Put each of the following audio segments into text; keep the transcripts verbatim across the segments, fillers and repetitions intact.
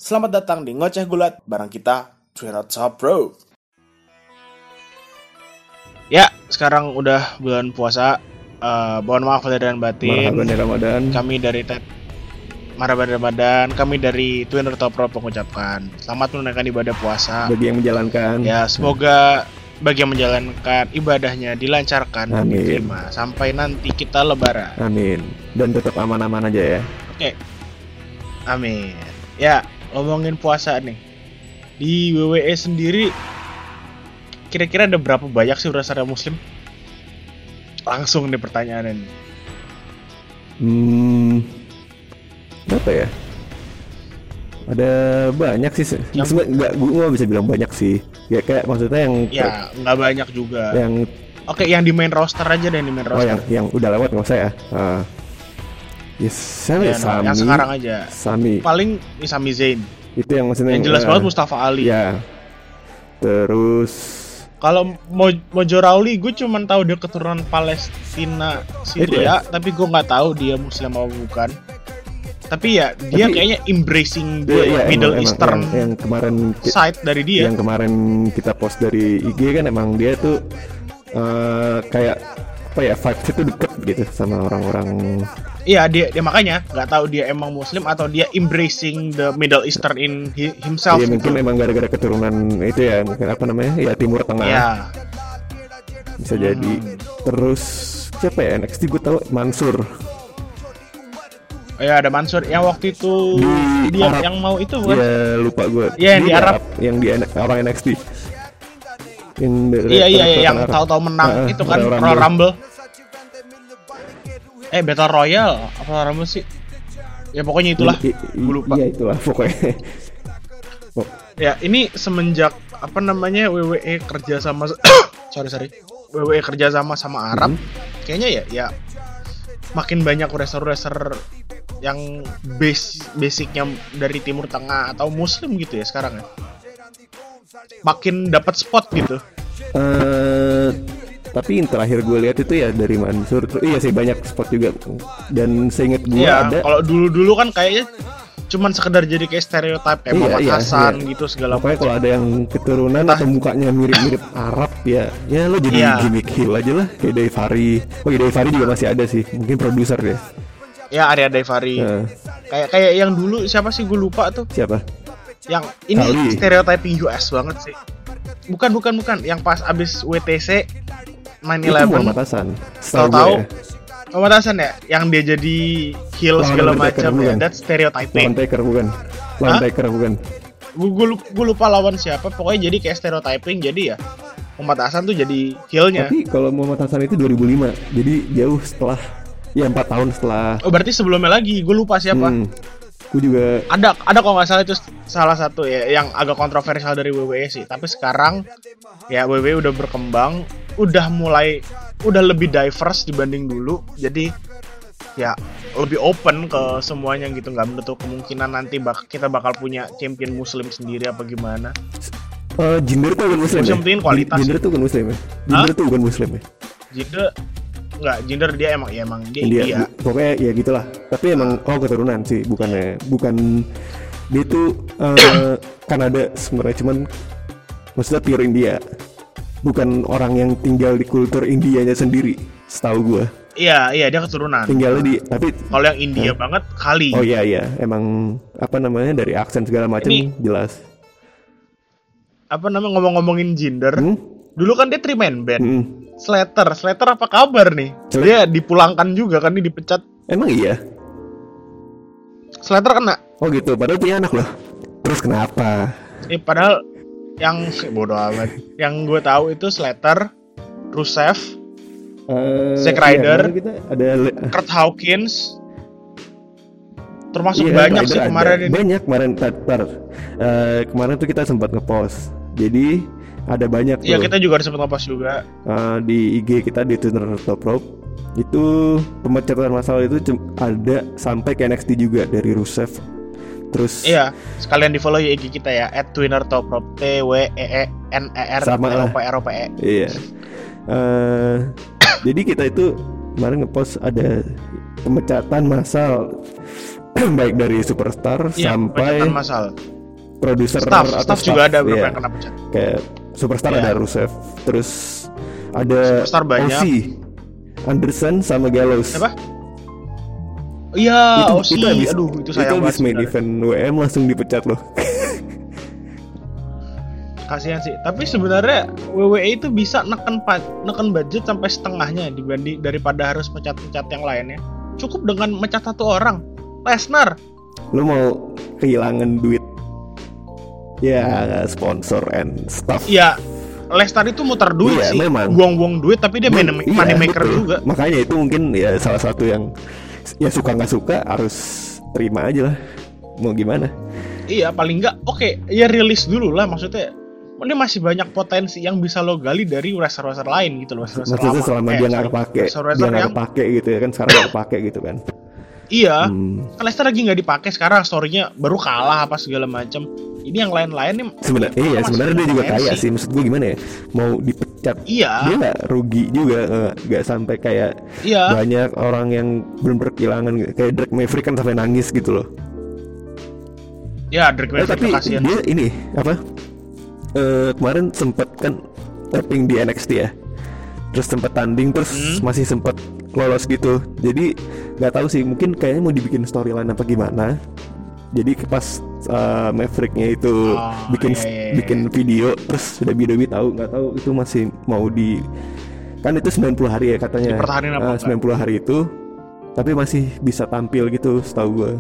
Selamat datang di Ngoceh Gulat bareng kita, Twinner Top Pro. Ya, sekarang udah bulan puasa. Uh, mohon maaf lahir dan batin. Marhaban ya Ramadan. Kami dari Ted Marhaban Ramadan. Kami dari Twinner Top Pro mengucapkan selamat menunaikan ibadah puasa. Bagi yang menjalankan. Ya, semoga bagi yang menjalankan ibadahnya dilancarkan dan diterima sampai nanti kita lebaran. Amin. Dan tetap aman-aman aja ya. Oke. Amin. Ya, ngomongin puasa nih. Di W W E sendiri kira-kira ada berapa banyak sih saudara muslim? Langsung nih pertanyaannya nih. Hmm. Apa ya? Ada banyak sih. Yang... Sebenarnya enggak, gue nggak bisa bilang banyak sih. Ya kayak maksudnya yang ya nggak banyak juga. Yang oke, yang di main roster aja deh, di main roster. Oh, yang yang udah lewat nggak usah ya. Uh, yes, saya ya, Sami. Yang sekarang aja. Sami. Paling ya, Sami Zayn. Itu yang maksudnya yang jelas uh, banget Mustafa Ali. Ya. Terus kalau Mo- Mojo Rawley, gue cuma tahu dia keturunan Palestina Syria, ya? Tapi gue nggak tahu dia Muslim atau bukan. Tapi ya dia tapi, kayaknya embracing the iya, iya, Middle emang, Eastern yang, yang kemarin side dari dia. Yang kemarin kita post dari I G kan emang dia tuh uh, kayak apa ya, vibes itu deket gitu sama orang-orang. Iya, dia, dia makanya nggak tahu dia emang Muslim atau dia embracing the Middle Eastern in he, himself. Iya, mungkin memang gara-gara keturunan itu ya, mungkin apa namanya ya, Timur Tengah. Iya. Bisa hmm. jadi. Terus siapa ya, N X T gue tahu Mansur. Oh ya, ada Mansur yang waktu itu di dia Arab. Yang mau itu bukan? Iya, lupa gue. Iya, yang di Arab. Arab, yang di orang N X T. Iya iya iya, yang Arab. Tahu-tahu menang uh, itu kan Royal Rumble. Rumble. Eh, Battle Royale apa Royal Rumble sih? Ya pokoknya itulah. I, i, gue lupa. Iya itulah pokoknya. Oh. Ya, ini semenjak apa namanya W W E kerja sama sorry sorry. W W E kerja sama sama Arab. Mm-hmm. Kayaknya ya ya makin banyak wrestler-wrestler yang base basicnya dari Timur Tengah atau Muslim gitu ya sekarang ya. Makin dapat spot gitu. Uh, tapi yang terakhir gue lihat itu ya dari Mansur. Iya sih, banyak spot juga. Dan seingat gue iya, ada. Kalau dulu-dulu kan kayaknya cuman sekedar jadi kayak stereotip kayak iya, Muhammad iya, Hasan iya. gitu segala macam. Kalau ada yang keturunan nah. atau mukanya mirip-mirip Arab ya, ya lo jadi iya. gimmick heel aja lah kayak Daivari. Oh, ya Daivari juga masih ada sih, mungkin produser deh. Ya, Arya Daivari. Nah. Kayak kayak yang dulu siapa sih, gue lupa tuh. Siapa? Yang ini stereotyping U S banget sih. Bukan bukan bukan, yang pas abis W T C nine eleven. Itu Muhammad Hasan. Tahu-tahu Muhammad Hasan ya, yang dia jadi heel segala macam ya. That's stereotyping. Lawan Taker bukan? Lawan Taker bukan? Gue lupa, lupa lawan siapa. Pokoknya jadi kayak stereotyping. Jadi ya Muhammad Hasan tuh jadi heel-nya. Tapi kalau Muhammad Hasan itu dua ribu lima. Jadi jauh setelah, ya empat tahun setelah. Oh, berarti sebelumnya lagi. Gue lupa siapa. Hmm. Gue juga ada ada kalau nggak salah itu salah satu ya yang agak kontroversial dari W W E sih. Tapi sekarang ya W W E udah berkembang, udah mulai udah lebih diverse dibanding dulu. Jadi ya lebih open ke semuanya gitu, nggak menutup kemungkinan nanti bak- kita bakal punya champion Muslim sendiri apa gimana. Uh, Jinder tuh bukan Muslim. Yang penting kualitas. Jinder tuh bukan Muslim ya. Jinder tuh bukan Muslim ya. Jinder Enggak, Jinder dia emang ya emang dia India. India. Pokoknya ya gitulah. Tapi emang oh keturunan sih, bukannya bukan dia tuh uh, Kanada sebenarnya, cuman maksudnya pure India. Bukan orang yang tinggal di kultur Indianya sendiri, setahu gua. Iya, iya dia keturunan. Tinggalnya di tapi kalau yang India uh, banget kali. Oh iya iya, emang apa namanya dari aksen segala macam jelas. Apa namanya ngomong-ngomongin Jinder? Hmm? Dulu kan dia three man band. Hmm. Slater, Slater apa kabar nih? Slater? Dia dipulangkan juga kan, dia dipecat. Emang iya? Slater kena. Oh gitu, padahal punya anak loh. Terus kenapa? Eh padahal yang bodoh amat. Yang gue tahu itu Slater, Rusev, uh, Zack Ryder, iya, ada Kurt Hawkins. Termasuk iya, banyak sih kemarin ini. Banyak kemarin tar, tar. Uh, kemarin tuh kita sempat ngepost. Jadi ada banyak tuh. Iya, kita juga sempat ngepost juga. Uh, di I G kita di Twinner Top Pro. Itu pemecatan masalah itu ada sampai ke N X T juga dari Rusev. Terus iya, sekalian di follow ya I G kita ya at Twinner Top Pro, T W E E N E R T O P R O P E. Iya. Uh, jadi kita itu kemarin ngepost ada pemecatan massal baik dari superstar iya, sampai massal. produser staff, atau staff juga ada beberapa yang kena pecat. Kayak superstar yeah. ada Rusev, terus ada superstar banyak. O C, Anderson sama Gallows. Apa? Iya, O C. Itu abis, aduh itu sayang itu banget. Itu main event W M langsung dipecat loh. Kasihan sih. Tapi sebenarnya W W E itu bisa neken neken budget sampai setengahnya dibanding daripada harus pecat-pecat yang lainnya. Cukup dengan mecat satu orang, Lesnar. Lu mau kehilangan duit, ya sponsor and stuff. Iya, Lesnar itu muter duit iya, sih, memang. buang-buang duit, tapi dia money, iya, money maker betul. juga. Makanya itu mungkin ya salah satu yang ya suka nggak suka harus terima aja lah. Mau gimana? Iya, paling nggak oke, okay, ya rilis dulu lah, maksudnya. Ini masih banyak potensi yang bisa lo gali dari wrestler-wrestler lain gitu loh, wrestler maksudnya lama. selama eh, dia nggak kepake, dia nggak kepake gitu ya kan, sekarang nggak kepake gitu kan. Iya, hmm. kan Lesnar lagi nggak dipakai sekarang, story-nya baru kalah apa segala macam. Ini yang lain-lain nih. Sebenarnya, iya sebenarnya dia juga kaya sih, maksud gue gimana ya, mau dipecat, iya. dia nggak rugi juga, nggak sampai kayak iya. banyak orang yang benar-benar kehilangan, kayak Drake Maverick kan sampai nangis gitu loh. Ya, Drake Maverick eh, tapi kasihan. Dia ini apa? Uh, kemarin sempat kan tapping di N X T ya, terus sempat tanding, terus hmm. masih sempat lolos gitu. Jadi nggak tahu sih, mungkin kayaknya mau dibikin storyline apa gimana. Jadi pas uh, Mavericknya itu oh, bikin iya, iya. bikin video, terus udah W W E tahu nggak tahu itu masih mau di, kan itu sembilan puluh hari ya katanya, uh, sembilan puluh hari itu, tapi masih bisa tampil gitu setahu gue.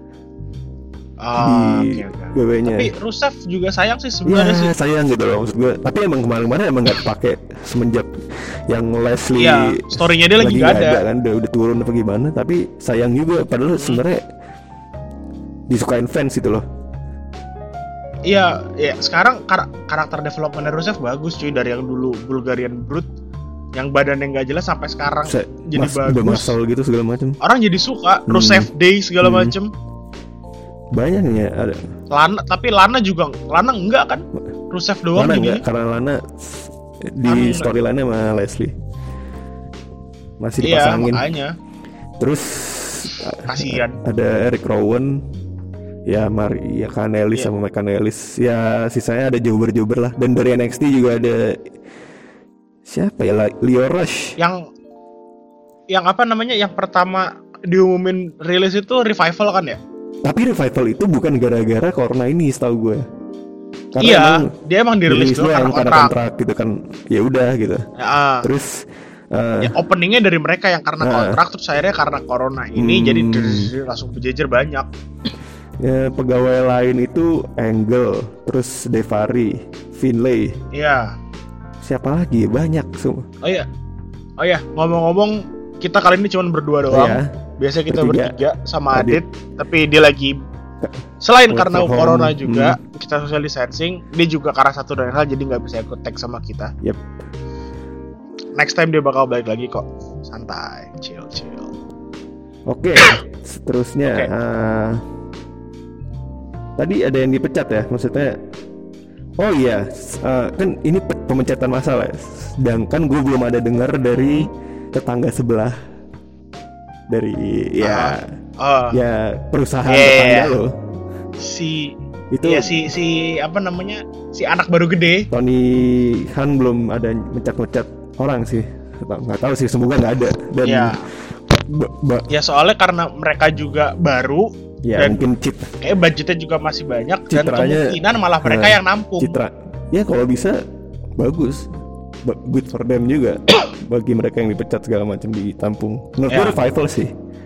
Oh, di okay, okay. W W E-nya. Tapi Rusev juga sayang sih sebenarnya ya, sih. sayang gitu loh maksud gue. Tapi emang kemarin-kemarin emang nggak pakai semenjak yang Leslie. Iya, story-nya dia lagi nggak ada. ada kan, udah, udah turun apa gimana. Tapi sayang juga, padahal hmm. sebenarnya disukain fans gitu loh. Iya, ya sekarang kar- karakter development Rusev bagus cuy, dari yang dulu Bulgarian Brute yang badannya nggak jelas sampai sekarang Se- jadi mas, bagus. Udah muscle gitu segala macam. Orang jadi suka hmm. Rusev Day segala hmm. macam. Banyaknya ada. Lana, tapi Lana juga, Lana enggak kan? Rusev doang Lana ini. Enggak, karena Lana di storyline-nya sama Leslie masih dipasangin. Iya, makanya. Terus kasihan. Ada Eric Rowan, ya Maria Kanellis yeah. sama Mike Kanellis. Ya sisanya ada jobber-jobber lah. Dan dari N X T juga ada siapa ya? Lio Rush. Yang yang apa namanya? Yang pertama diumumin rilis itu Revival kan ya? Tapi Revival itu bukan gara-gara corona ini, setahu gue. Karena iya, emang dia emang dirilis dulu karena kontrak. kontrak gitu kan. Ya udah gitu. Ya, terus uh, ya, openingnya dari mereka yang karena uh, kontrak, terus akhirnya karena corona ini hmm, jadi drrr, langsung berjejer banyak. Ya, pegawai lain itu Angle, terus Daivari, Finlay. Iya. Siapa lagi? Banyak semua. Oh iya. Oh iya, ngomong-ngomong kita kali ini cuma berdua doang. Iya. Biasa kita bertiga, bertiga sama Adit, Adit, tapi dia lagi selain karena corona juga hmm. kita social distancing, dia juga karena satu dan hal jadi nggak bisa ikut tag sama kita. Yep. Next time dia bakal balik lagi kok, santai, chill chill. Oke, okay. Seterusnya okay. Uh, tadi ada yang dipecat ya, maksudnya. Oh iya, uh, kan ini pemecatan massal ya. Sedangkan gue belum ada dengar dari tetangga sebelah. Dari ya uh, uh, ya perusahaan yeah, tetangga lo si itu ya si si apa namanya si anak baru gede Tony Khan belum ada mencat-mencat orang sih, nggak tahu sih, semoga nggak ada. Dan ya, ba- ba- ya soalnya karena mereka juga baru ya, dan mungkin cit kayak budgetnya juga masih banyak citranya, dan kemungkinan malah mereka uh, yang nampung. Citra ya kalau bisa bagus, good for them juga. Bagi mereka yang dipecat segala macam ditampung. Menurut gue ya. Revival sih.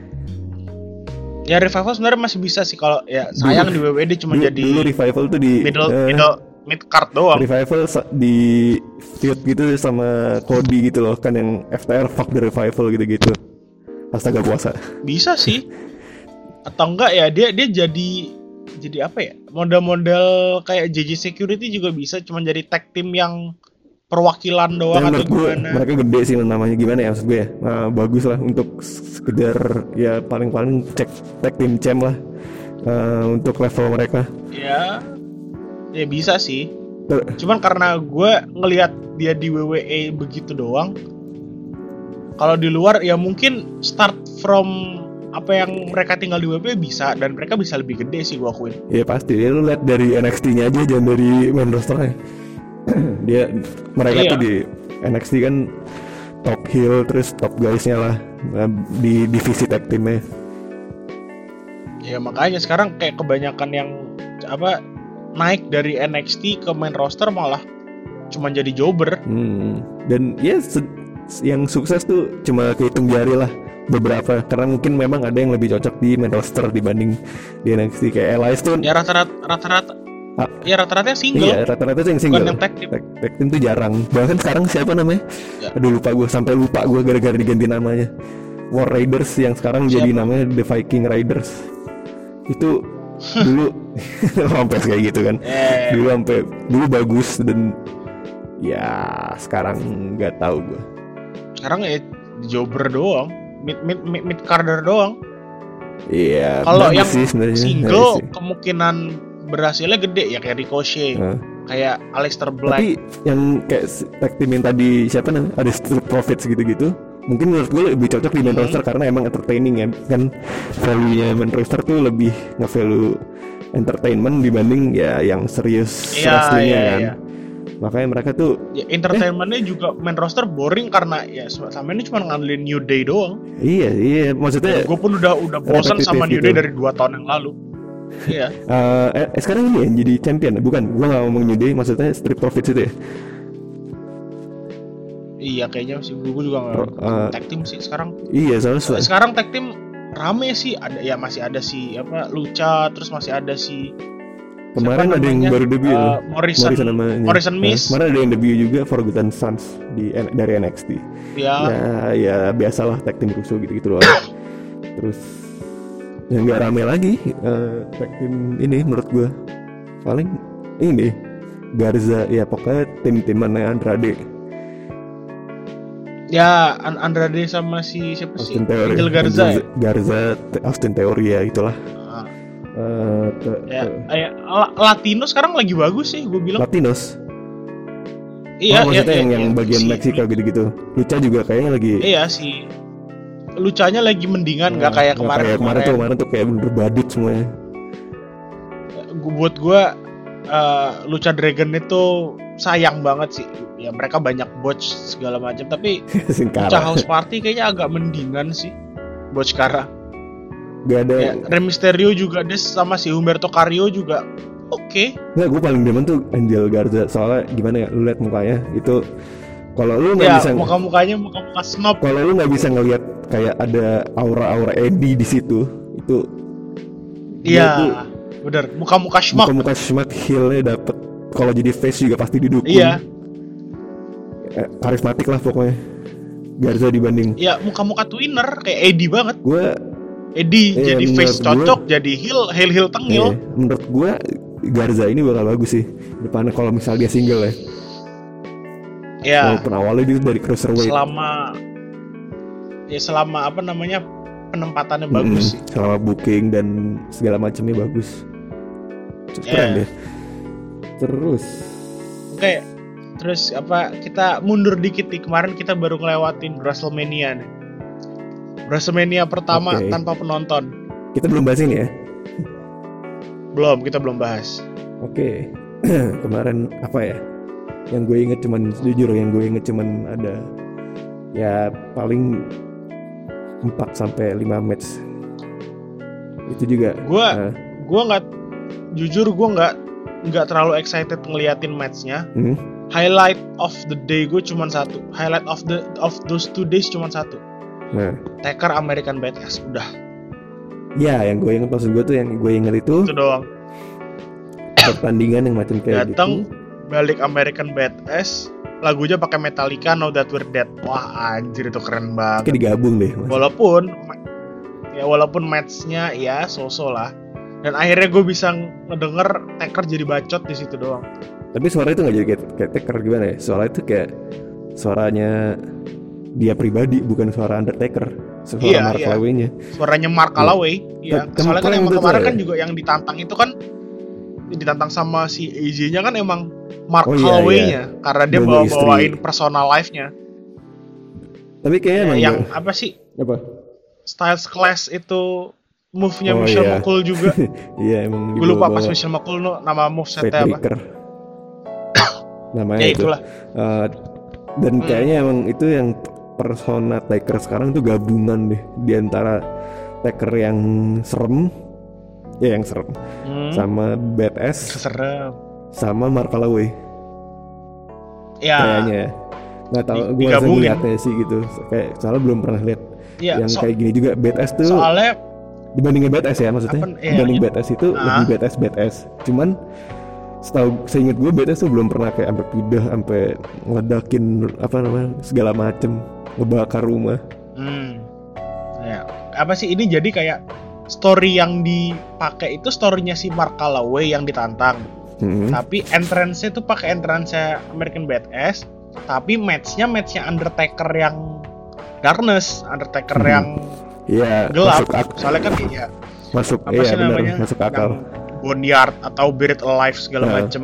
Ya Revival sebenarnya masih bisa sih, kalau ya sayang dulu, di W W E dia cuma dulu, jadi dulu Revival tuh di middle uh, middle mid card doang. Revival di feud gitu sama Cody gitu loh, kan yang F T R fuck the Revival gitu-gitu. Astaga puasa. Bisa sih. Atau enggak ya dia dia jadi jadi apa ya? Model-model kayak J J Security juga bisa, cuma jadi tag team yang perwakilan doang ya, atau gimana. Mereka gede sih namanya, gimana ya maksud gue ya. Nah, bagus lah untuk sekedar ya paling-paling cek tag team champ lah uh, untuk level mereka. Ya, ya bisa sih. Ter- Cuman karena gue ngelihat dia di W W E begitu doang. Kalau di luar ya mungkin start from apa yang mereka tinggal di W W E bisa, dan mereka bisa lebih gede sih gua akuin. Ya pasti, ya, lu lihat dari N X T-nya aja, jangan dari main rosternya. Dia mereka Iya. tuh di N X T kan top heel, terus top guys-nya lah di divisi tag team-nya. Ya makanya sekarang kayak kebanyakan yang apa naik dari N X T ke main roster malah cuma jadi jobber. Hmm. Dan ya se- yang sukses tuh cuma kehitung jari lah beberapa, karena mungkin memang ada yang lebih cocok di main roster dibanding di N X T. Kayak Elias tuh Ya rata-rata rata-rata ah, ya rata-rata single. iya, rata-rata tuh yang single. Bukan yang tag team. Tag, tag team tuh jarang. Bahkan sekarang siapa namanya? Ya. Aduh lupa gue, sampai lupa gue gara-gara diganti namanya. War Raiders yang sekarang Siapa? jadi namanya The Viking Raiders. Itu dulu sampai kayak gitu kan. Eh. Dulu sampai dulu bagus, dan ya sekarang nggak tahu gue. Sekarang ya jobber doang, mid mid mid, mid carder doang. Iya. Kalau bagus yang sih sebenarnya. single Bagus sih. kemungkinan berhasilnya gede ya, kayak Ricochet, Nah. kayak Aleister Black. Tapi yang kayak si- tag team yang tadi siapa namanya, ada Street Profits gitu-gitu, mungkin menurut gue lebih cocok di main Hmm. roster karena emang entertaining ya. Kan value-nya main roster tuh lebih nge-value entertainment dibanding ya yang serius Iya, wrestlingnya iya, kan. iya. Makanya mereka tuh Ya, entertainmentnya juga main roster boring karena ya sama ini cuma ngandelin New Day doang. iya iya maksudnya Gue pun udah udah bosan repetitif sama New gitu. Day dari dua tahun yang lalu. Iya. eh, eh, eh, sekarang ini ya jadi champion, bukan? Gue nggak ngomong New Day, maksudnya Street Profits itu ya. Iya kayaknya sih gue juga nggak Uh, tag team sih sekarang. Iya soalnya Sekarang tag team rame sih, ada ya masih ada si apa Lucha, terus masih ada si kemarin siapa ada yang namanya? baru debut Uh, loh. Morrison sama ini. Morrison Nah, Miss. kemarin ada yang debut juga, Forgotten Sons di dari N X T. Ya, Ya, ya biasalah tag team rusuh gitu-gitu doang. Terus yang nggak rame lagi eh, tag team ini menurut gue paling ini Garza, ya pokoknya tim-timannya Andrade, ya An- Andrade sama si siapa sih? Austin Theory, Angel Garza ya. Garza, Austin Theory ya itulah. Ah, Eh, te- ya, te- ya, La- Latino sekarang lagi bagus sih, gue bilang. Latinos. Iya, oh, iya, maksudnya iya, yang, yang iya, bagian si- Meksiko gitu-gitu. Lucha juga kayaknya lagi. Iya si Lucanya lagi mendingan, nggak Nah, kayak nggak kemarin. kayak kemarin tuh kemarin tuh kayak bener badut semuanya. Gua- buat gue uh, Lucha Dragon itu sayang banget sih. Ya mereka banyak botch segala macam, tapi Singkara. Lucha House Party kayaknya agak mendingan sih. Botch Kara. Gak ada. Ya, Rey Mysterio juga des sama si Humberto Carrillo juga oke. Nggak, gue paling demen tuh Angel Garza, soalnya gimana ya, lu lihat mukanya itu, kalau lu nggak Ya bisa, muka-mukanya muka-muka snob. kalau lu nggak bisa ngelihat kayak ada aura-aura Eddie di situ, itu dia tuh Iya, bener. Muka-muka schmuck. muka-muka smart heel-nya dapet. Kalau jadi face juga pasti didukung. Iya, Eh, karismatik lah pokoknya Garza dibanding iya muka-muka twinner kayak Eddie banget. gue. Eddie Iya, jadi menurut face gua- cocok, jadi heel, heel heel tengil. Eh, menurut gue Garza ini bakal bagus sih depannya kalau misal dia single ya. Ya, Walaupun awalnya dia dari cruiserweight. selama ya selama apa namanya penempatannya Mm-mm, bagus sih. selama booking dan segala macamnya bagus. Cukup keren Ya. deh. Terus Oke, terus apa kita mundur dikit nih, kemarin kita baru ngelewatin WrestleMania nih. WrestleMania pertama Oke. tanpa penonton. kita belum bahas ini ya. Belum, kita belum bahas. Oke. Kemarin apa ya? Yang gue inget cuman jujur yang gue inget cuman ada ya paling empat sampai lima match. Itu juga. Gua Nah, gua nggak jujur gua nggak nggak terlalu excited ngeliatin matchnya. hmm, Highlight of the day gue cuma satu. Highlight of the of those two days cuma satu. nah. Taker American Badass, udah Ya, yang gue inget maksud gue tuh yang gue inget itu itu doang. pertandingan yang macam kayak Datang gitu. balik American Badass, lagunya pakai Metallica Now That We're Dead. Wah anjir itu keren banget. Kayak digabung deh. Mas. Walaupun ya walaupun matchnya ya so-so lah. Dan akhirnya gue bisa ngedenger Taker jadi bacot di situ doang. Tapi suara itu nggak jadi kayak, kayak Taker gimana ya? Suara itu kayak suaranya dia pribadi, bukan suara Undertaker. Suara Iya, Mark iya. Calloway-nya. Suaranya Mark Calloway. Iya, Tem- soalnya kan keren emang tuh kemarin tuh kan ya. juga yang ditantang itu kan ditantang sama si A J-nya kan emang Mark Oh, iya, Calloway-nya karena dia Bunuh bawa istri. bawain personal life-nya. Tapi kayaknya emang yang nggak- apa sih? apa? Styles Clash itu move-nya Oh, Michelle iya. McCool juga. Iya emang Gue lupa pas dibawa-bawa. Michelle McCool no, nama move Fate setnya apa. Breaker namanya Ya itu. itulah. Uh, dan Hmm. kayaknya emang itu yang persona Taker sekarang tuh gabungan deh di antara Taker yang serem, ya yang serem, Hmm. sama badass, Serem. sama Mark Calloway Ya. kayaknya. Nggak tahu, Di- gue masih digabungin. ngeliatnya sih gitu. Kayak soalnya belum pernah lihat Ya, yang so- kayak gini juga. Badass tuh soalnya dibandingin badass ya maksudnya. Apa- iya, dibanding iya. badass itu Ah. lebih badass badass. Cuman setahu seingat gue badass tuh belum pernah kayak sampai pindah sampai ngeledakin apa namanya segala macem, ngebakar rumah. Hmm. Ya, apa sih ini jadi kayak story yang dipakai itu storynya si Mark Calloway yang ditantang. Hmm. Tapi entrance-nya tuh pakai entrance-nya American Badass, tapi match-nya match-nya Undertaker yang darkness, Undertaker Hmm. yang Iya, gelap. masuk ak- Soalnya kan ya masuk apa iya sih benar, namanya? masuk akal. Yang Boneyard atau Buried Alive segala Nah. macem.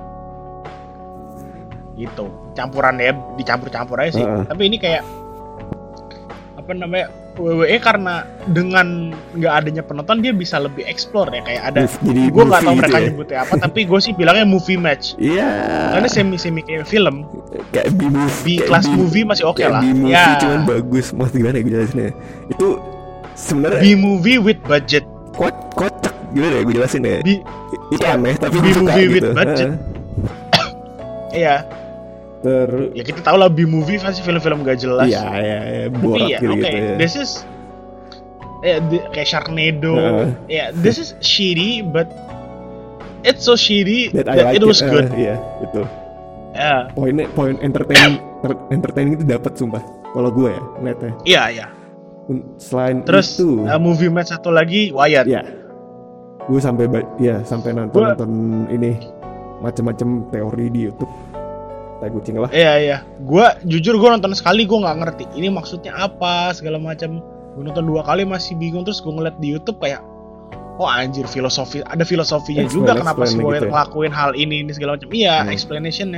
Gitu. Campuran ya, dicampur-campur aja sih. Heeh. Tapi ini kayak apa namanya? W W E karena dengan nggak adanya penonton dia bisa lebih explore ya, kayak ada Jadi gue nggak tahu movie mereka gitu ya. nyebutnya apa, tapi gue sih bilangnya movie match Iya. karena semi semi kayak film Kayak B-movie. B kayak class B- movie masih oke kayak lah B-movie ya. cuman bagus. Mas gimana ya gue jelasinnya? Itu sebenarnya B movie with budget. ko- kocak gimana ya gue jelasin ya? B Itu ya, aneh tapi B gue suka movie with gitu. budget. Heeh. Iya, Terus ya kita tahu lah B movie pasti film-film gak jelas. iya iya iya Tapi borak ya gitu oke, gitu ya. this is ya di- kayak Sharknado. Heeh. Ya, this is shitty but it's so shitty That that, I like it was it. good. Eh, iya, itu. Ya, Poinnya poin entertaining ter- entertaining itu dapat sumpah. Kalau gue ya ngeliatnya. iya, iya. Selain Terus itu, uh, movie match satu lagi Wyatt. ya, gue sampai ba- ya sampai nonton Gua- nonton ini macam-macam teori di YouTube. Tai kucing lah. Iya iya, gue jujur gue nonton sekali gue nggak ngerti ini maksudnya apa segala macam. Gue nonton dua kali masih bingung, terus gue ngeliat di YouTube kayak, oh anjir filosofi, ada filosofinya Explain, juga kenapa si explain Wyatt gitu ya. ngelakuin hal ini ini segala macam. Iya, Hmm. explanationnya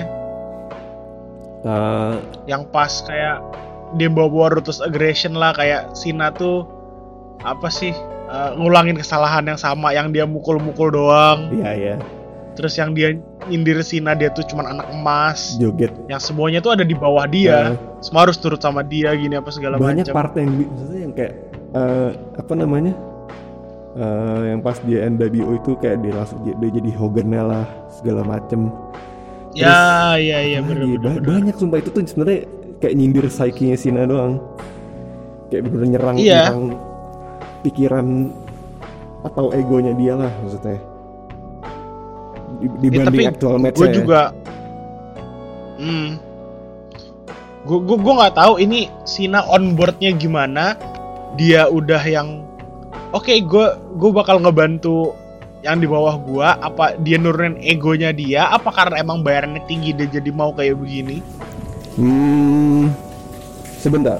Nah, yang pas kayak dia bawa ruthless aggression lah, kayak Cena tuh apa sih uh, ngulangin kesalahan yang sama, yang dia mukul-mukul doang, iya iya, terus yang dia nyindir Cena dia tuh cuman anak emas, joget. yang semuanya tuh ada di bawah dia, semua harus turut sama dia gini apa segala Banyak macam. part yang bi- maksudnya yang kayak eh, apa namanya? Eh, yang pas dia N W O itu kayak dia langsung dia, dia jadi Hogan-nya lah segala macem. Ya, ya, ya, Wah, bener, iya, bener, ba- bener. banyak sumpah itu tuh sebenarnya kayak nyindir psyche-nya Cena doang. Kayak bener-bener nyerang, Iya. nyerang pikiran atau egonya dia lah maksudnya. Di- Ya, Dibanding tapi actual match-nya. gue juga, hmm, gue gue gue nggak tahu ini Cena on boardnya gimana. Dia udah yang, oke, gue gue bakal ngebantu yang di bawah gue. Apa dia nurunin egonya dia? Apa karena emang bayarannya tinggi dia jadi mau kayak begini? Hmm, sebentar.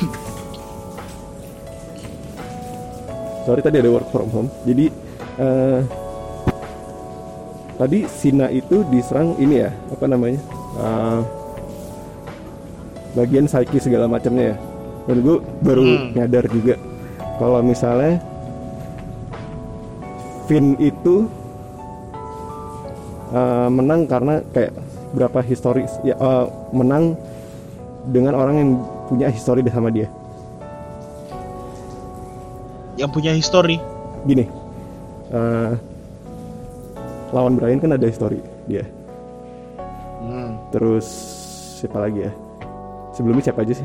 Sorry tadi ada work from home. Jadi eh, tadi Cena itu diserang ini ya, apa namanya? Eh, bagian psyche segala macamnya ya. Dan gue baru Hmm. nyadar juga kalau misalnya Finn itu eh, menang karena kayak berapa historis ya eh, menang dengan orang yang punya histori sama dia. Yang punya history. Gini, eh, lawan Bryan kan ada histori dia. Hmm. Terus siapa lagi ya? Sebelumnya siapa aja sih?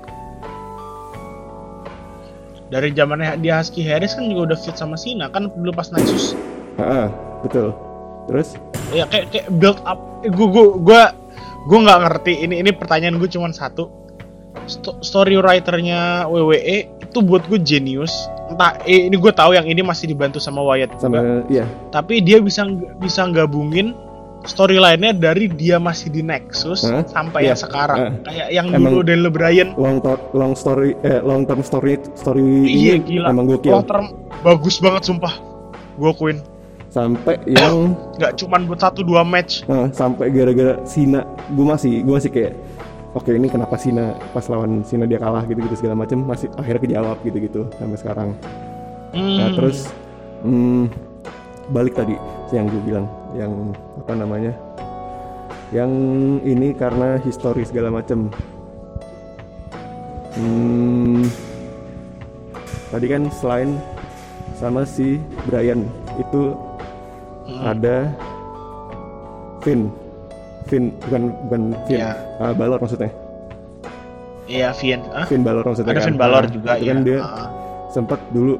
Dari zamannya dia Husky Harris kan juga udah fit sama Cena kan dulu pas Nexus. Ah, betul. Terus? Ya kayak kayak build up. Gue gue gue gue nggak ngerti. Ini ini pertanyaan gue cuma satu. Sto- story writernya W W E itu buat gue genius. Entah eh, ini gue tahu yang ini masih dibantu sama Wyatt juga. Sama, iya. Tapi dia bisa bisa gabungin storyline-nya dari dia masih di Nexus Hah? sampai Iya. yang sekarang. Ah. Kayak yang Emang- dulu Daniel Bryan. Long to- long story, eh long term story story Iya ini gila. emang gokil. Long term bagus banget sumpah. Gue akuin. Sampai yang Nggak cuman buat satu dua match. Nah, sampai gara-gara Cena, gue masih gue masih kayak oke ini kenapa Cena pas lawan Cena dia kalah gitu-gitu segala macam, masih akhirnya kejawab gitu-gitu sampai sekarang. Hmm. Nah terus hmm, balik tadi yang gue bilang, yang apa namanya, yang ini karena histori segala macam. Hmm, tadi kan selain sama si Brian itu Hmm. ada Finn, Finn bukan bukan Finn, Iya. ah, Balor maksudnya. Iya, Finn. Hah? Finn Balor maksudnya. Ada kan. Finn Balor Nah, juga itu ya. kan dia Ah. sempat dulu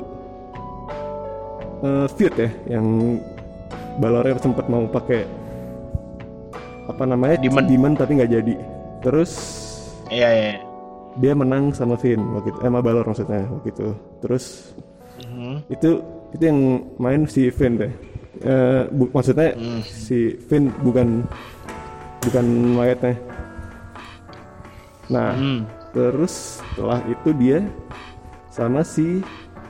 uh, feud ya, yang Balornya sempat mau pakai apa namanya Demon. Demon tapi nggak jadi. Terus Iya, iya. dia menang sama Finn waktu itu, eh, sama Balor maksudnya waktu itu. Terus Hmm. itu itu yang main si Finn deh. Eh, bu, maksudnya Hmm. si Finn bukan bukan Wyatt-nya. Nah, Hmm. terus setelah itu dia sama si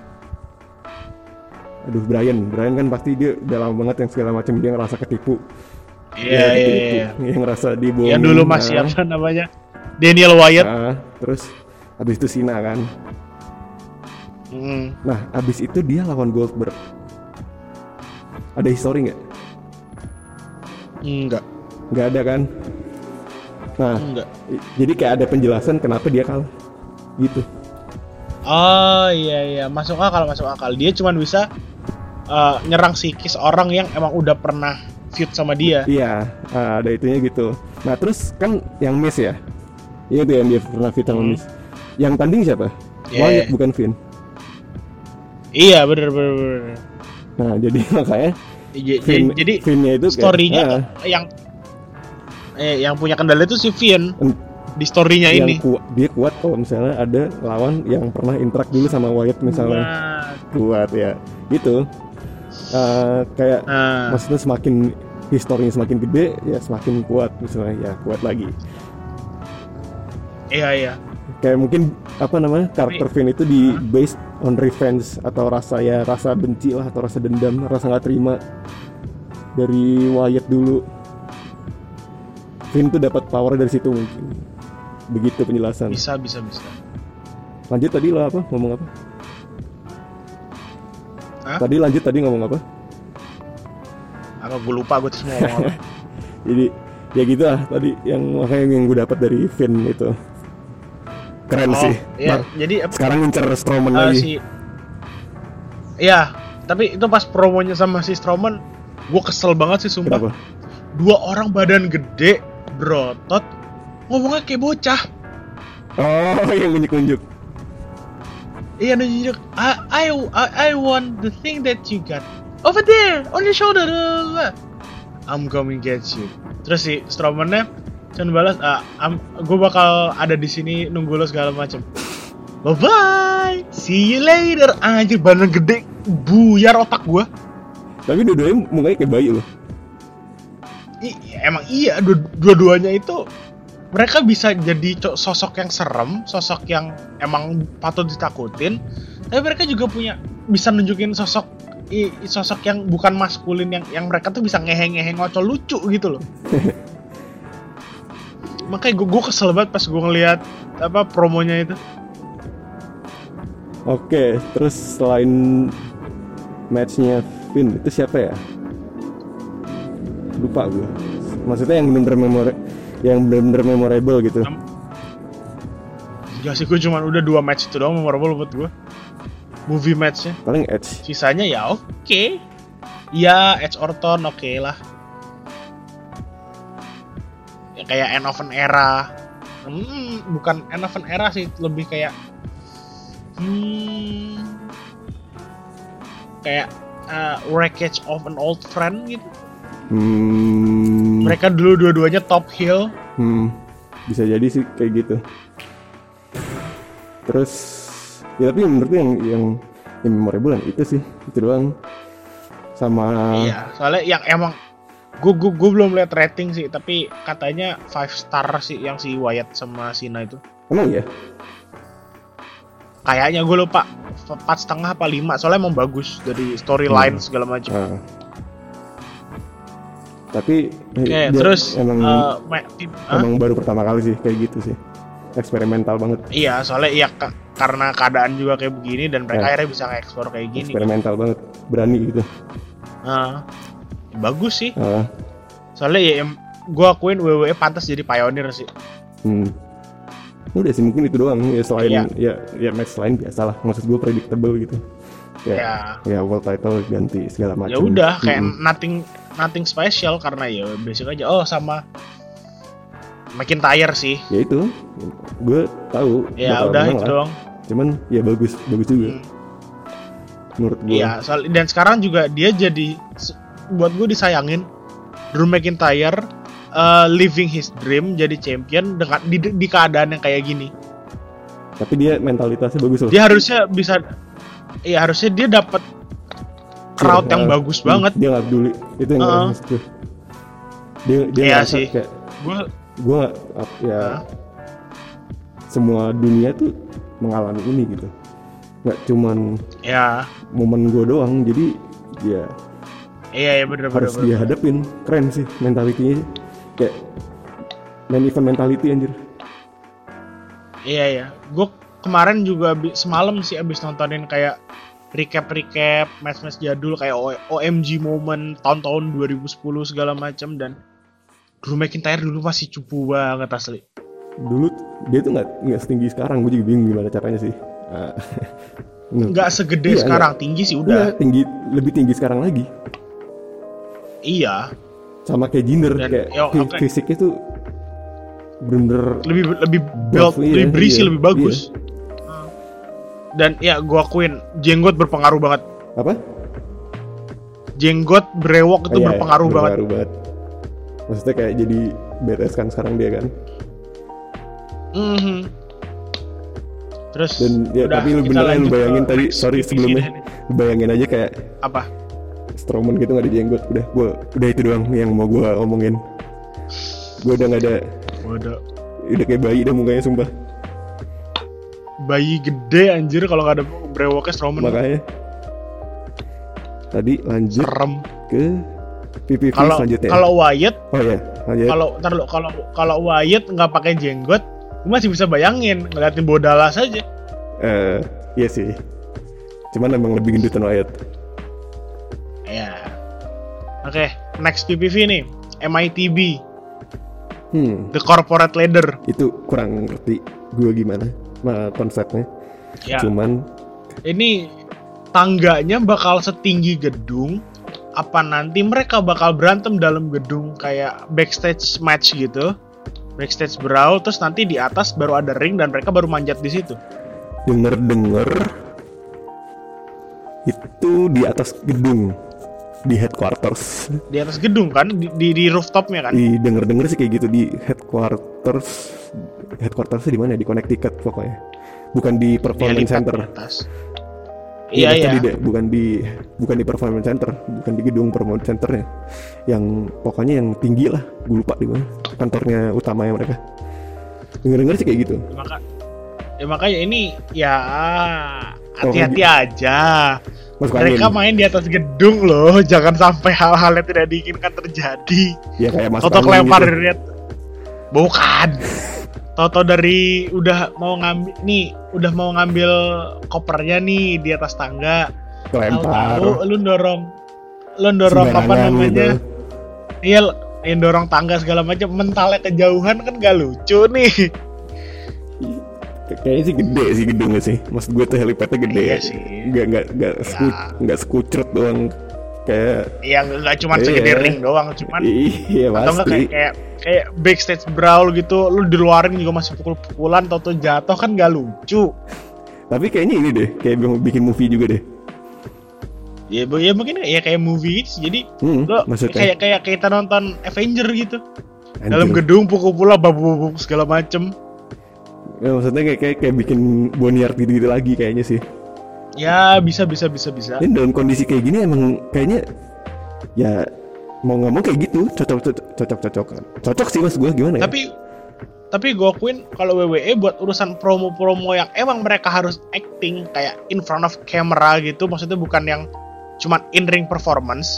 aduh Brian, Brian kan pasti dia udah lama banget yang segala macam, dia ngerasa ketipu. Iya, Dia iya, ketipu, iya. Dia ngerasa dibohongin. Yang dulu masih nah, apa namanya? Daniel Wyatt. nah, terus habis itu Cena kan. Hmm. Nah, habis itu dia lawan Goldberg. Ada histori nggak? Enggak. Nggak ada kan? Nah, Enggak. i- jadi kayak ada penjelasan kenapa dia kalah. Gitu. Oh iya iya, masuk akal, masuk akal. Dia cuma bisa uh, nyerang psikis orang yang emang udah pernah feud sama dia. Iya, ah, ada itunya gitu. Nah, terus kan yang Miz ya. Iya tuh yang dia pernah fit sama Hmm. Miz. Yang tanding siapa? Yeah. Wyatt bukan Finn. Iya, bener bener bener. Nah, jadi makanya J- Finn, j- jadi Finn-nya itu kayak, story-nya ah, yang eh yang punya kendali itu si Finn en- di story-nya yang ini. kuat, dia kuat kalau misalnya ada lawan yang pernah interact dulu sama Wyatt misalnya. Wah. Kuat ya. Gitu. Ah, kayak Nah, maksudnya semakin historinya semakin gede ya semakin kuat, misalnya ya kuat lagi. iya iya. Kayak mungkin apa namanya karakter Tapi- Finn itu di based on revenge atau rasa ya rasa benci lah atau rasa dendam, rasa nggak terima dari Wyatt dulu. Finn tuh dapat power dari situ mungkin. Begitu penjelasan. Bisa bisa bisa. Lanjut tadi lo apa ngomong apa? Hah? Tadi lanjut tadi ngomong apa? Apa gue lupa gue tuh semua ngomong apa. Jadi ya gitu lah tadi yang makanya yang gue dapat dari Finn itu. Keren Oh, sih. iya. Nah, Jadi apa? sekarang ngincer Strowman Uh, lagi. si Iya, tapi itu pas promonya sama si Strowman, gue kesel banget sih sumpah. Kenapa? Dua orang badan gede, berotot, ngomongnya kayak bocah. Oh, yang nunjuk-nunjuk. Iya nunjuk, I, I, I, I want the thing that you got over there on your shoulder. I'm coming get you. Terus si Strowman-nya cuman balas, ah, gue bakal ada di sini nunggu lo segala macam. Bye bye, see you later. Anjir badan gede, buyar otak gue. Tapi dua-duanya mukanya kayak bayi loh. I, emang iya, dua- dua-duanya itu mereka bisa jadi co- sosok yang serem, sosok yang emang patut ditakutin. Tapi mereka juga punya bisa nunjukin sosok i, i- sosok yang bukan maskulin yang yang mereka tuh bisa ngehe-ngehe ngocol lucu gitu loh. Makanya gue gue kesel banget pas gue ngeliat apa promonya itu. Oke, terus selain matchnya Finn itu siapa ya? Lupa gue. Maksudnya yang bener-bener memori, yang bener-bener memorable gitu. Ya sih gue cuma udah dua match itu doang memorable buat gue. Movie matchnya. Paling Edge. Sisanya ya oke. Ya Edge Orton oke lah. Ya kayak end of an era. Hmm, bukan end of an era sih, lebih kayak hmm, kayak uh, wreckage of an old friend gitu. Hmm, Mereka dulu dua-duanya top heel. hmm, bisa jadi sih kayak gitu. Terus, ya tapi menurut gue yang yang, yang memorable yang itu sih, itu doang. Sama. Iya, soalnya yang emang gue gue gue belum lihat rating sih, tapi katanya five star sih yang si Wyatt sama Cena itu. Emang ya? Kayaknya gue lupa empat setengah apa lima, soalnya emang bagus dari storyline Hmm. segala macam. Ah. Tapi Oke, dia terus emang uh, ma- tim- hah? emang baru pertama kali sih kayak gitu sih. Eksperimental banget. Iya, soalnya iya ka- karena keadaan juga kayak begini dan mereka Eh. akhirnya bisa nge-explore kayak gini. Eksperimental banget, berani gitu. Nah, bagus sih. Ah, Soalnya ya em- gua akuin W W E pantas jadi pioneer sih. hmm. Udah sih mungkin itu doang ya, selain Iya. ya ya match lain biasa lah, maksud gue predictable gitu. Ya, ya world title ganti segala macam. Ya udah kayak Mm-mm. nothing nothing special karena ya basic aja. Oh, sama McIntyre sih. Ya itu, gue tahu. Ya bakal udah menang itu lah. doang. Cuman ya bagus, bagus juga. Hmm. Menurut gue. Iya, soal dan sekarang juga dia jadi se- buat gue disayangin Drew McIntyre uh, living his dream jadi champion dengan di, di keadaan yang kayak gini. Tapi dia mentalitasnya bagus loh. Dia harusnya bisa iya harusnya dia dapat crowd Iya, yang uh, bagus hmm, banget. Dia nggak peduli. Itu yang Uh-uh. uh. maksud gue. Dia dia Iya ngerasa sih. kayak Gue gue nggak ap- ya Hah? semua dunia tuh mengalami ini gitu. Nggak cuman ya momen gue doang. Jadi ya iya ya bener bener. harus dia hadapin. Keren sih mentalitinya, kayak main event mentality anjir. Iya ya. Gue kemarin juga abi- semalam sih abis nontonin kayak recap-recap match-match jadul kayak O- OMG moment tahun-tahun dua ribu sepuluh segala macam dan Drew McIntyre dulu masih cupu banget asli. Dulu dia tuh nggak nggak setinggi sekarang. Gue juga bingung gimana caranya sih. Ah, Nggak segede Iya, sekarang, tinggi sih udah. Iya, tinggi, lebih tinggi sekarang lagi. Iya, Sama kayak Jinder, Dan, kayak yo, fi- oke. fisiknya tuh bener lebih lebih build, buff, iya, lebih berisi, iya, lebih bagus. Dan ya gue akuin jenggot berpengaruh banget. apa? Jenggot brewok itu Ah, iya, berpengaruh banget. berpengaruh banget. Maksudnya kayak jadi badass kan sekarang dia kan. Mhm. Terus Dan ya udah, tapi lu kita beneran lu lanjut bayangin ke tadi, next sorry divisi sebelumnya, deh nih. lu bayangin aja kayak Apa? Strowman gitu nggak ada jenggot, udah gua udah itu doang yang mau gua omongin. Gua udah nggak ada, Waduh. udah kayak bayi dah mukanya sumpah. Bayi gede anjir kalau nggak ada brewoknya Strowman. Makanya tadi lanjut Serem. ke P P V Kalau selanjutnya. kalau Wyatt, oh ya, lanjut. kalau ntar lu kalau kalau Wyatt nggak pakai jenggot, gue masih bisa bayangin ngeliatin Bodalas aja. Eh, iya sih. Cuman emang lebih gendutan Wyatt. Ya. Oke, next P P V nih, M I T B, Hmm, The Corporate Leader. itu kurang ngerti gua gimana nah, konsepnya. Ya. Cuman Ini tangganya bakal setinggi gedung. Apa nanti mereka bakal berantem dalam gedung kayak backstage match gitu, backstage brawl, terus nanti di atas baru ada ring dan mereka baru manjat di situ. denger-denger itu di atas gedung, di headquarters. Di atas gedung kan, di di, di rooftopnya kan. Di denger-denger sih kayak gitu, di headquarters. Headquartersnya di mana? Di Connecticut pokoknya. Bukan di Performance Helipad Center. di atas. Iya iya. Di, bukan di bukan di Performance Center, bukan di gedung Performance Centernya. Yang pokoknya yang tinggi lah, gue lupa di mana. Kantornya utamanya mereka. Denger-denger sih kayak gitu. Maka ya makanya ini ya Oh, hati-hati aja. Masuk Mereka angin. main di atas gedung loh, jangan sampai hal-hal yang tidak diinginkan terjadi. Ya kayak masuk Toto angin kelempar gitu. dari lihat. Bukan. Toto dari udah mau ngambil nih, udah mau ngambil kopernya nih di atas tangga. Kelempar. Tahu-tahu lu dorong lu dorong apa Sembarangan namanya? gitu. Iya, yang dorong tangga segala macam, mentalnya kejauhan kan gak lucu nih. Kayaknya sih gede sih gedungnya sih. Maksud gue tuh helipadnya gede Iya ya. sih. Nggak nggak nggak Ya. sku, nggak skucret doang kayak. Yang nggak cuma Iya. segede ring doang, cuman Iya atau enggak pasti. kayak, kayak kayak backstage brawl gitu, lu di luarin juga masih pukul-pukulan, toto jatuh kan gak lucu. Tapi kayaknya ini deh, kayak bikin movie juga deh. Ya, bu- ya mungkin ya kayak movie gitu. Jadi Hmm, lo maksudnya. kayak kayak kita nonton Avenger gitu. Anjir. Dalam gedung pukul-pukulan, babu-babu segala macem. Ya, maksudnya kayak kayak, kayak bikin Boneyard gitu-gitu lagi kayaknya sih. Ya bisa bisa bisa bisa. Dan dalam kondisi kayak gini emang kayaknya ya mau nggak mau kayak gitu, cocok cocok cocok cocokan. Cocok sih mas gue gimana ya? Tapi tapi gue akuin kalau W W E buat urusan promo-promo yang emang mereka harus acting kayak in front of camera gitu, maksudnya bukan yang cuman in ring performance,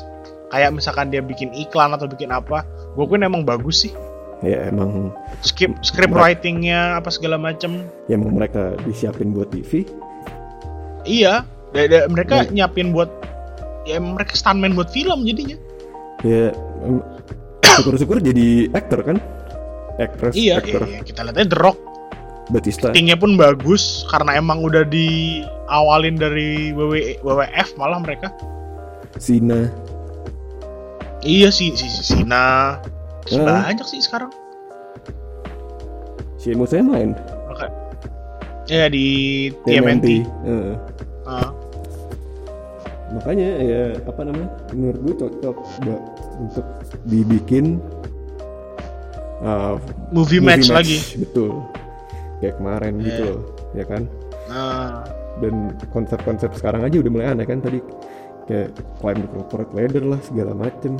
kayak misalkan dia bikin iklan atau bikin apa, gue pun emang bagus sih. Ya emang Skip script writingnya apa segala macem. Ya emang mereka disiapin buat T V. Iya, da- da- mereka Ya. nyiapin buat, ya emang mereka stuntman buat film jadinya. Ya em, syukur-syukur jadi aktor kan, actress, Iya, actor. iya, kita lihatnya The Rock, Batista. actingnya pun bagus karena emang udah diawalin dari W W E, W W F malah mereka. Sina. Iya sih, si, si Sina. Terus Hmm. banyak sih sekarang. Sheamus saya main. Maka, ya di T M N T. Heeh. Ah. Makanya ya apa namanya, menurut gue cocok buat untuk dibikin uh, Movie match lagi. Betul, kayak kemarin Yeah. gitu loh, ya kan. Nah, Dan konsep-konsep sekarang aja udah mulai aneh kan, tadi kayak climb the corporate ladder lah segala macem.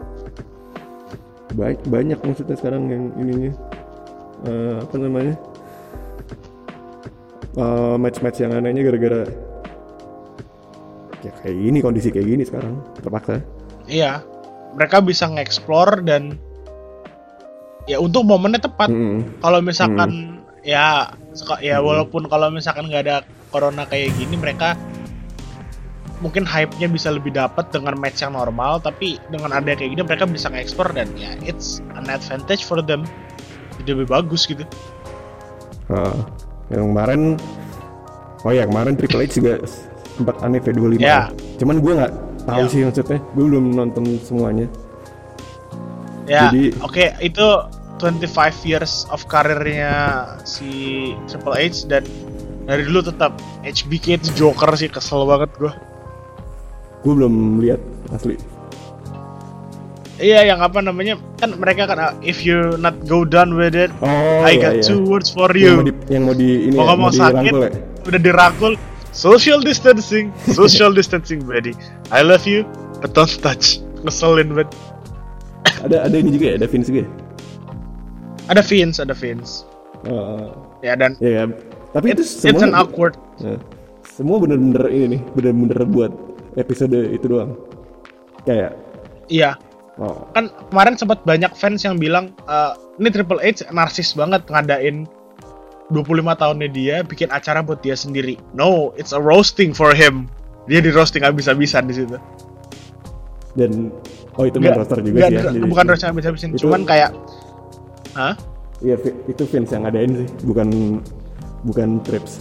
Baik, banyak maksudnya sekarang yang ininya uh, apa namanya uh, match-match yang anehnya gara-gara ya kayak gini, kondisi kayak gini sekarang terpaksa. iya, mereka bisa nge-explore dan ya untuk momennya tepat. Mm-mm. Kalau misalkan ya seka- ya walaupun kalau misalkan nggak ada corona kayak gini, mereka mungkin hype-nya bisa lebih dapat dengan match yang normal, tapi dengan ada kayak gini mereka bisa nge-explore dan ya it's an advantage for them. Jadi lebih bagus gitu. Uh, yang kemarin, oh ya kemarin Triple H juga sempat aneh V dua puluh lima. Ya. Cuman gue nggak tahu Ya. sih maksudnya, gue belum nonton semuanya. Ya, Jadi- oke, itu twenty-five years of karirnya si Triple H dan dari dulu tetap H B K itu Joker sih, kesel banget gue. Gue belum lihat asli. Iya, yang apa namanya, kan mereka kan uh, if you not go down with it, Oh I iya, got iya. two words for Yang you. mau di, yang mau di ini Mau ya, ngomong mau sakit, dirangkul ya. udah dirangkul. Social distancing, social distancing, buddy. I love you, but don't touch. Ngeselin banget. Ada ada ini juga ya, ada Vince juga. Ya? Ada Vince, ada Vince. Uh, Ya dan ya, ya. Tapi itu it's, semua it's an awkward. Nah, semua bener-bener ini nih, bener-bener buat episode itu doang. Kayak, Iya, oh, kan kemarin sempat banyak fans yang bilang eh, ini Triple H narsis banget ngadain dua puluh lima tahunnya dia bikin acara buat dia sendiri. No, it's a roasting for him. Dia di roasting habis-habisan di situ. dan oh itu Nggak- main roster juga nggak sih ya. di- jadi- bukan roasting habis-habisan, Itu- cuman kayak, hah? Iya, Vi- itu Vince yang ngadain sih, bukan bukan Trips.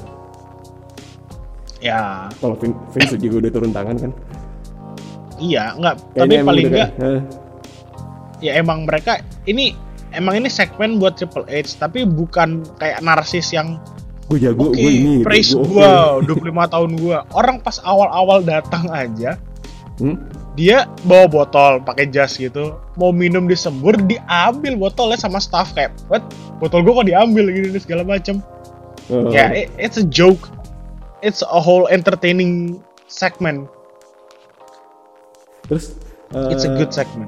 Ya, Kalau Vin- Vince juga udah turun tangan kan. iya, enggak. Kayaknya Tapi emang paling udah enggak, kayak, "Hah, ya emang mereka ini emang ini segmen buat Triple H, tapi bukan kayak narsis yang gue jago, oke, gue ini, gitu, praise gua oke." gua dua puluh lima tahun gua. Orang pas awal-awal datang aja, Hmm? dia bawa botol pakai jas gitu, mau minum di sembur, diambil botolnya sama staff kayak, what? Botol gua kok diambil gini segala macem. Oh, Ya, it- it's a joke. It's a whole entertaining segment. Terus It's a eh, good segment.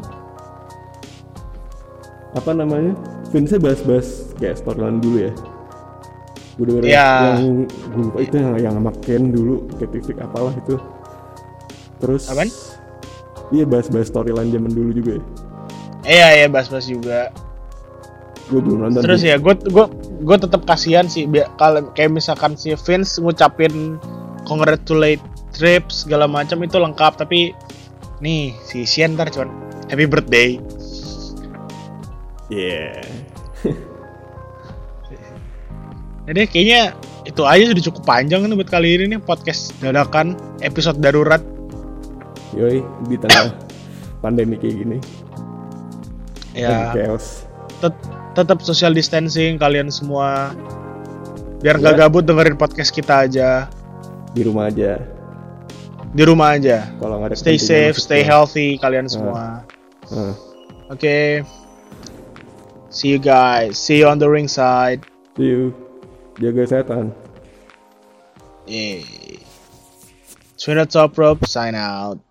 apa namanya? Vince bahas-bahas kayak storyline dulu ya. Gue denger Ya. yang gue lupa itu yang yang sama Ken dulu, kayak titik apalah itu. Terus Apaan? Iya, bahas-bahas storyline zaman dulu juga ya. Iya, iya, bahas-bahas juga. Gue belum nonton. Terus sih. ya, gue gue gue tetap kasihan sih, bi- kalau kayak misalkan si Vince ngucapin congratulate trips segala macam itu lengkap, tapi nih si Shane ntar cuman happy birthday. Iya. Jadi kayaknya itu aja sudah cukup panjang nih buat kali ini nih podcast dadakan episode darurat. Yoi, di tengah pandemi kayak gini. Ya, Lagi chaos. tet- tetap social distancing kalian semua. Biar nggak Ya. gabut dengerin podcast kita aja. Di rumah aja. Di rumah aja. Kalau nggak ada Stay kepentingan safe, maksudnya. stay healthy kalian semua. Nah, Oke. See you guys. See you on the ringside. see you. Jaga kesehatan. Yay. Twin Top Rope sign out.